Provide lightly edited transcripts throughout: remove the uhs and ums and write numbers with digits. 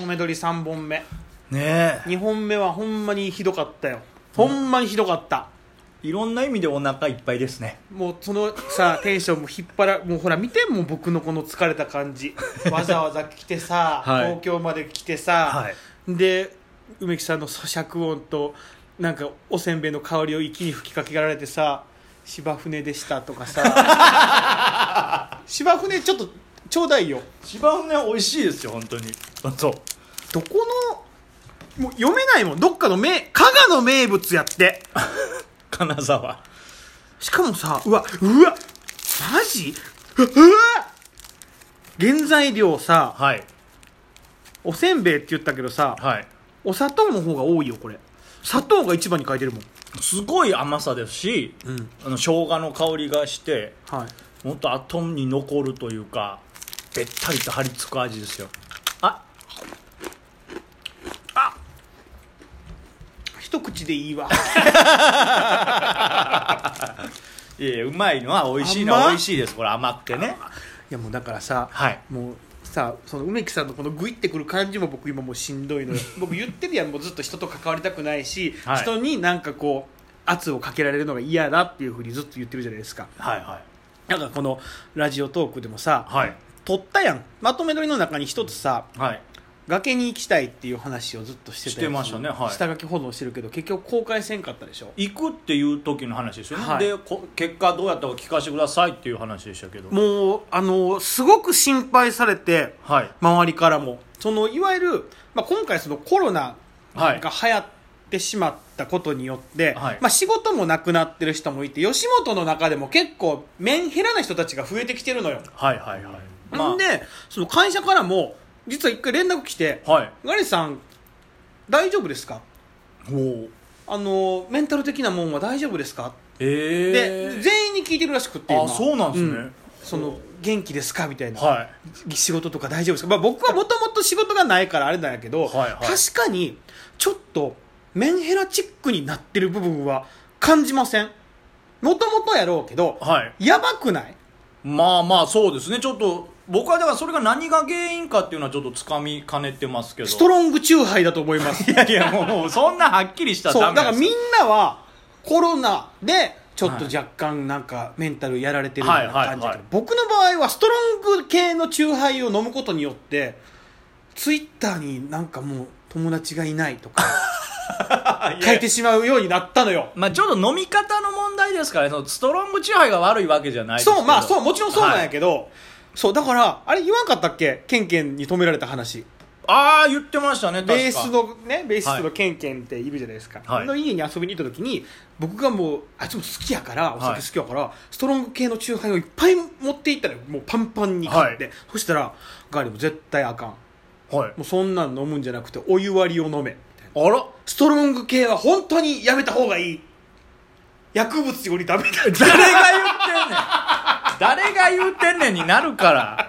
とめ撮り3本目ね 2本目はほんまにひどかったよ。ほんまにひどかった、 いろんな意味でお腹いっぱいですね。 もうそのさテンションも引っ張らもうほら見てもう僕のこの疲れた感じわざわざ来てさ、 はい東京まで来てさ、 はいで梅木さんの咀嚼音となんかおせんべいの香りを息に吹きかけられてさ、芝船でしたとかさ芝船ちょっとちょうだいよ。 芝船美味しいですよ本当に。そうどこのもう読めないもん、どっかの加賀の名物やって金沢。 しかもさうわマジうわ原材料さ、 はいおせんべいって言ったけどさ、 はいお砂糖の方が多いよ。これ砂糖が一番に書いてるもん。 すごい甘さですし、生姜の香りがしてはい、 もっと後に残るというかべったりと張り付く味ですよ。あ一口でいいわいやうまいのは美味しいのは美味しいです。これ甘くてね。 いやもうだからさ、 はいもうさその梅木さんのこのグイってくる感じも僕今もうしんどいのよ僕言ってるやん、もうずっと人と関わりたくないし、 はい人になんかこう圧をかけられるのが嫌だっていうふうにずっと言ってるじゃないですか。 はいはいだからこのラジオトークでもさ、 はい撮ったやん、まとめ撮りの中に一つさ、 はい崖に行きたいっていう話をずっとしてたやつしてましたねはい下書き保存してるけど結局公開せんかったでしょ。 行くっていう時の話ですよね、 はいで結果どうやったか聞かせてくださいっていう話でしたけど。 もうすごく心配されて、 はい周りからもそのいわゆる、今回そのコロナはいが流行ってしまったことによって、 はい仕事もなくなってる人もいて、吉本の中でも結構メンヘラな人たちが増えてきてるのよ。 はいはいはい、 んでその会社からも実は一回連絡来て、 はいガリさん大丈夫ですか、 おメンタル的なもんは大丈夫ですか、 でで全員に聞いてるらしくって今あそうなんですね、 その元気ですかみたいな、 はい仕事とか大丈夫ですか、僕はもともと仕事がないからあれなんやけど、 はいはい確かにちょっとメンヘラチックになってる部分は感じません？もともとやろうけど、 はいやばくない？ まあまあそうですね。ちょっと僕はだからそれが何が原因かっていうのはちょっとつかみかねてますけど。 ストロングチューハイだと思いますいやいやもうそんなはっきりしたらそうダメですだからみんなはコロナでちょっと若干なんかメンタルやられてるような感じだけど、 はいはいはい僕の場合はストロング系のチューハイを飲むことによってツイッターになんかもう友達がいないとか書いてしまうようになったのよ。 まあちょっと飲み方の問題ですからね。そのストロングチューハイが悪いわけじゃないですけど。 そうそうもちろんそうなんやけど、 ど、そうだからあれ言わんかったっけ、ケンケンに止められた話。 ああ言ってましたね。確かベースのケンケンっているじゃないですか、 はいの家に遊びに行った時に僕がもうあいつも好きやからお酒好きやから、ストロング系のチューハイをいっぱい持っていったのよ。もうパンパンに買って、そしたらガーリも絶対あかん、もはい。 うそんなん飲むんじゃなくてお湯割りを飲めみたいな、 あらストロング系は本当にやめた方がいい、薬物よりダメだ誰が言ってんねん誰が言ってんねんになるから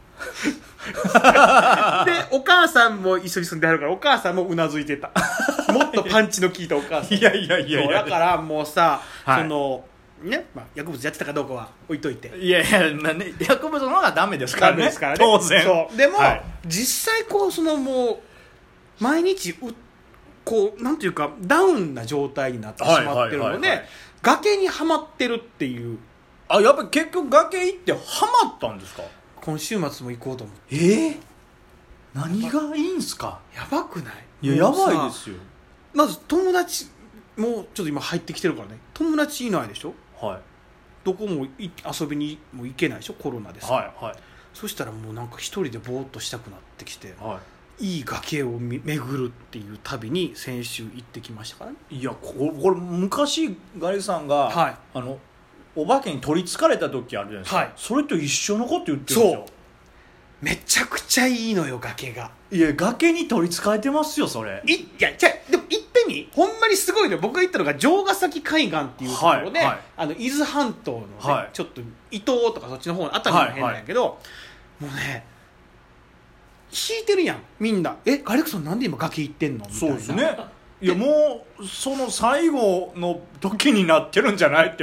でお母さんも一緒に住んではるからお母さんもうなずいてたもっとパンチの効いたお母さんいやいやいやいそうやだからもうさ、 はいそのね、薬物やってたかどうかは置いといていやいや、まあね、薬物の方がダメですからね。 ダメですからね当然。 そうでも、 はい実際こうそのもう毎日こうなんていうかダウンな状態になってしまってるのではいはいはいはい崖にはまってるっていう。 あ、やっぱり結局崖行ってハマったんですか？ 今週末も行こうと思って何がいいんすか？ やばくない？ いや、やもうさばいですよ。 まず友達もうちょっと今入ってきてるからね、友達いないでしょ、 はどこも遊びにも行けないでしょ、コロナですい。 から、 はい。はい。 そしたらもうなんか一人でぼーっとしたくなってきて、 はいい崖を巡るっていう旅に先週行ってきましたからね。 い。いや、これ昔、ガリさんが、 はいお化けに取りつかれた時あるじゃないですか。 はいそれと一緒のこと言ってるんですよ。 めちゃくちゃいいのよ崖が。 いや、崖に取りつかれてますよ、それ。 いやでも行ってみ、ほんまにすごいのよ。僕が行ったのが城ヶ崎海岸っていうところで、 はい伊豆半島の、ねはいちょっと伊東とかそっちの方の熱海の辺なんやけど、もうね引いてるやんみんな。ガレクソンなんで今崖行ってんのみたいな。 そうですね。いや、もうその最後の時になってるんじゃないって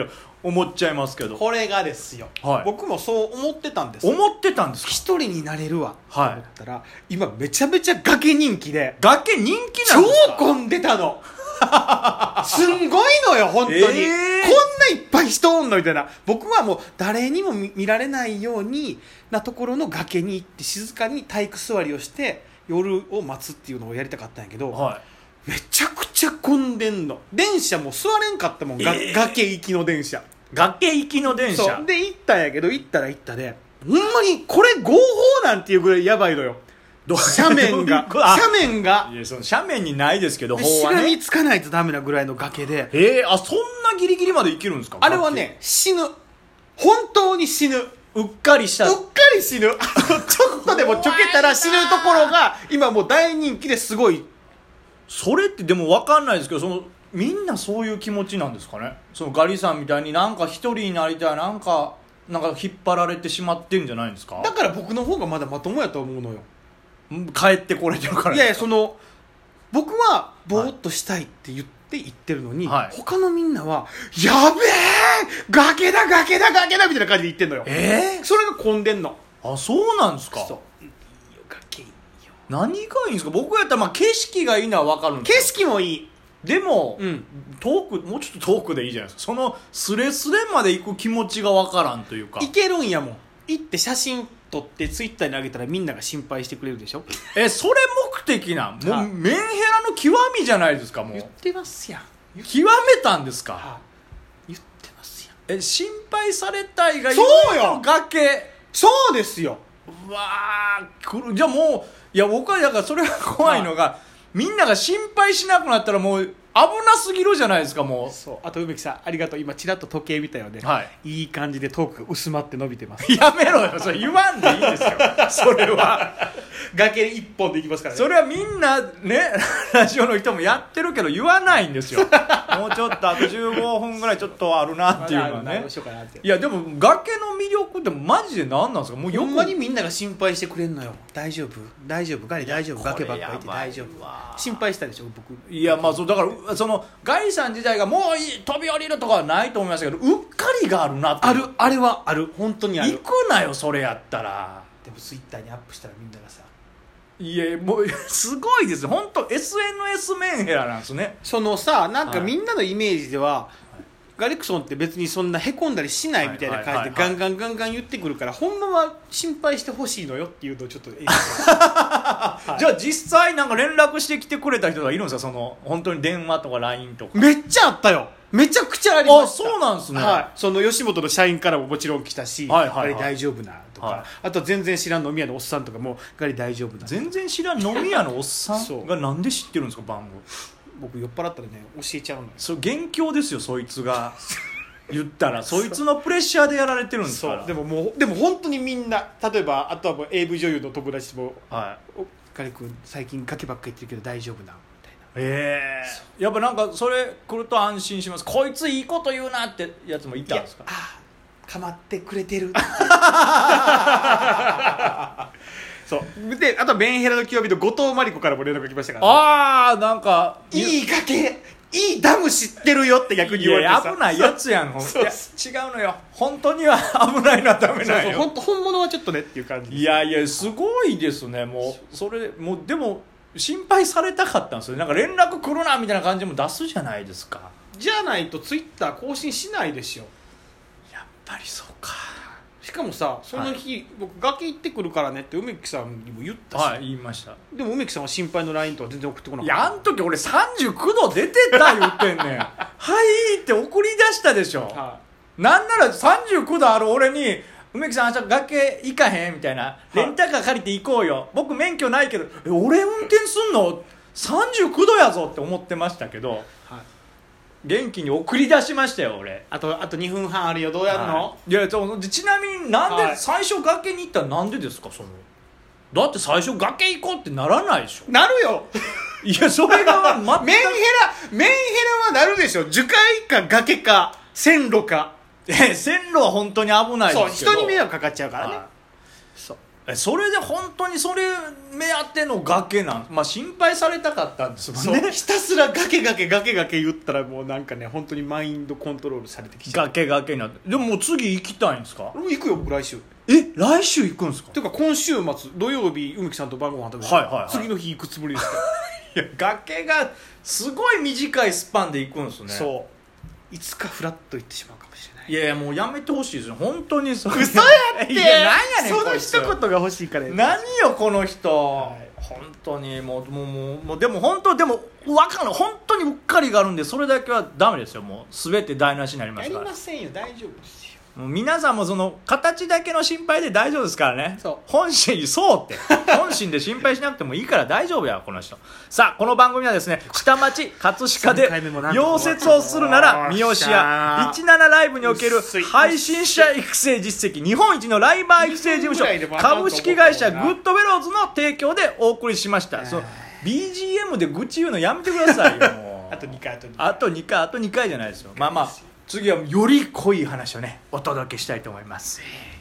思っちゃいますけど。 これがですよ、 はい僕もそう思ってたんです思ってたんですか？ 一人になれるわとはい思ったら、今めちゃめちゃ崖人気で崖人気な超んですか？ 混んでたのすんごいのよ本当に、こんないっぱい人おんのみたいな。僕はもう誰にも見られないようになところの崖に行って静かに体育座りをして夜を待つっていうのをやりたかったんやけど、 はめちゃくちゃ混んでんの。電車も座れんかったもん、崖行きの電車。 い。崖行きの電車。 そうで行ったんやけど、行ったら行ったでほんまにこれ合法なんていうぐらいやばいのよ。斜面が斜面がいや、その斜面にないですけど、 で法はね。 しがみつかないとダメなぐらいの崖で、 あ、そんなギリギリまで行けるんですか？ あれはね死ぬ、本当に死ぬ、 うっかりした。 うっかり死ぬちょっとでもちょけたら死ぬところが今もう大人気ですごい。 それってでも分かんないですけど、みんなそういう気持ちなんですかね。そのガリさんみたいになんか一人になりたい、なんか引っ張られてしまってんじゃないんですか？ だから僕の方がまだまともやと思うのよ。 帰ってこれてるから。 いやいや、僕はぼーっとしたいって言ってるのに、 はい他のみんなはやべえ崖だ崖だ崖だみたいな感じで言ってんのよ。それが混んでんの。 あ、そうなんですか？ そういいよ崖いいよ。 何がいいんですか？僕やったらまあ景色がいいのは分かるんです景よ。 色もいい。 でも、 うんもうちょっと遠くでいいじゃないですか。そのスレスレまで行く気持ちが分からんというか。 行けるんやもん。行って写真撮ってツイッターに上げたらみんなが心配してくれるでしょ。 それ目的なん？もはいうメンヘラの極みじゃないですか。もう言ってますやん。 極めたんですか？ 言ってますやん。 心配されたいがそうよ崖。 そうですよ。 うわー、来る。じゃあもう、いや僕はだからそれが怖いのが、みんなが心配しなくなったらもう危なすぎるじゃないですか。もそう。あと梅木さんありがとう。今ちらっと時計見たよね。 はいい感じでトークが薄まって伸びてます。 うやめろよ、それ言わんでいいですよそれは崖一本で行きますからね。 それはみんなねラジオの人もやってるけど言わないんですよもうちょっとあと15分ぐらいちょっとあるなっていうのはねどうしようかなって。 いやでも崖の魅力ってマジで何なんですか？もうよくほんまにみんなが心配してくれんのよ。大丈夫大丈夫ガリ大丈夫崖ばっかりって大丈夫。心配したでしょ僕。 いやまあそうだからそのガイさん自体がもういい飛び降りるとかはないと思いましたけど、うっかりがあるなって。 ある、あれはある、本当にある。 行くなよそれやったら。 でもツイッターにアップしたらみんながさ、 いやもうすごいです本当 SNS メンヘラなんですね。 なんかみんなのイメージでは、ガリクソンって別にそんなへこんだりしないみたいな感じでガンガンガンガン言ってくるから、ほんまは心配してほしいのよっていうのをちょっとじゃあ実際なんか連絡してきてくれた人がいるんですか？その本当に電話とか LINE とか。 めっちゃあったよ。めちゃくちゃありました。 そうなんですね。 はい、その吉本の社員からももちろん来たし、 はいはいはいガリ大丈夫なとか、 はいあと全然知らん飲み屋のおっさんとかもガリ大丈夫な。 全然知らん飲み屋のおっさんがなんで知ってるんですか番号？ 僕酔っ払ったらね教えちゃうのよ。 それ元凶ですよそいつが言ったらそいつのプレッシャーでやられてるんですから。 でも本当にみんな、例えばあとはもう AV 女優の友達も、ガリ君最近崖ばっか言ってるけど大丈夫なみたいな。 やっぱなんかそれ来ると安心します。こいついいこと言うなってやつもいたんですか？ かまってくれてるそうで、あとメンヘラの極みの後藤真理子からも連絡が来ましたからね。 なんかいい崖いいダム知ってるよって逆に言われてさ。 危ないやつやん。 そう違うのよ本当には危ないのはダメなんよ。 本物はちょっとねっていう感じです。 いやすごいですね。もうそれもうでも心配されたかったんですよ。なんか連絡来るなみたいな感じも出すじゃないですか。 じゃないとツイッター更新しないでしょ。 やっぱりそうか。 しかもさその日、僕崖行ってくるからねって梅木さんにも言ったし、 言いました。 でも梅木さんは心配の LINE とか全然送ってこなかった。 いやあん時俺39度出てた言ってんねんはいって送り出したでしょ、なんなら39度ある俺に梅木さん明日崖行かへんみたいな、レンタカー借りて行こうよ僕免許ないけど俺運転すんの39度やぞって思ってましたけど、元気に送り出しましたよ俺。 あと2分半あるよどうやるの、 いやちなみになんで最初崖に行ったらなんでですか？だって最初崖行こうってならないでしょ。 なるよいやそれがメンヘラはなるでしょ。樹海か崖か線路か。 線路は本当に危ないですけど、 そう人に迷惑かかっちゃうからね、そうそれで本当にそれ目当ての崖なん、まあ心配されたかったんですもんね。 ひたすら崖言ったらもうなんかね本当にマインドコントロールされてきちゃう。 崖になって。でももう次行きたいんですか？ 行くよ来週。 来週行くんですか？ ていうか今週末土曜日梅木さんと晩ご飯食べて、次の日行くつもりですかいや崖がすごい短いスパンで行くんですね。 そういつかフラッと行ってしまうかもしれない。 いやもうやめてほしいですよ本当に。 嘘やって。 いや何やねんその一言が欲しいから。 何よこの人、本当にもうでも本当でも分かんない本当にうっかりがあるんでそれだけはダメですよ。もう全て台無しになりますから。 やりませんよ大丈夫ですよ。 もう皆さんもその形だけの心配で大丈夫ですからね。 そう本心本心で心配しなくてもいいから大丈夫やこの人。さあこの番組はですね下町葛飾で溶接をするなら三好や17ライブにおける配信者育成実績日本一のライバー育成事務所株式会社グッドベローズの提供でお送りしました。そう BGM で愚痴言うのやめてくださいよもうあと2回あと2回じゃないですよ。まあ次はより濃い話をねお届けしたいと思います。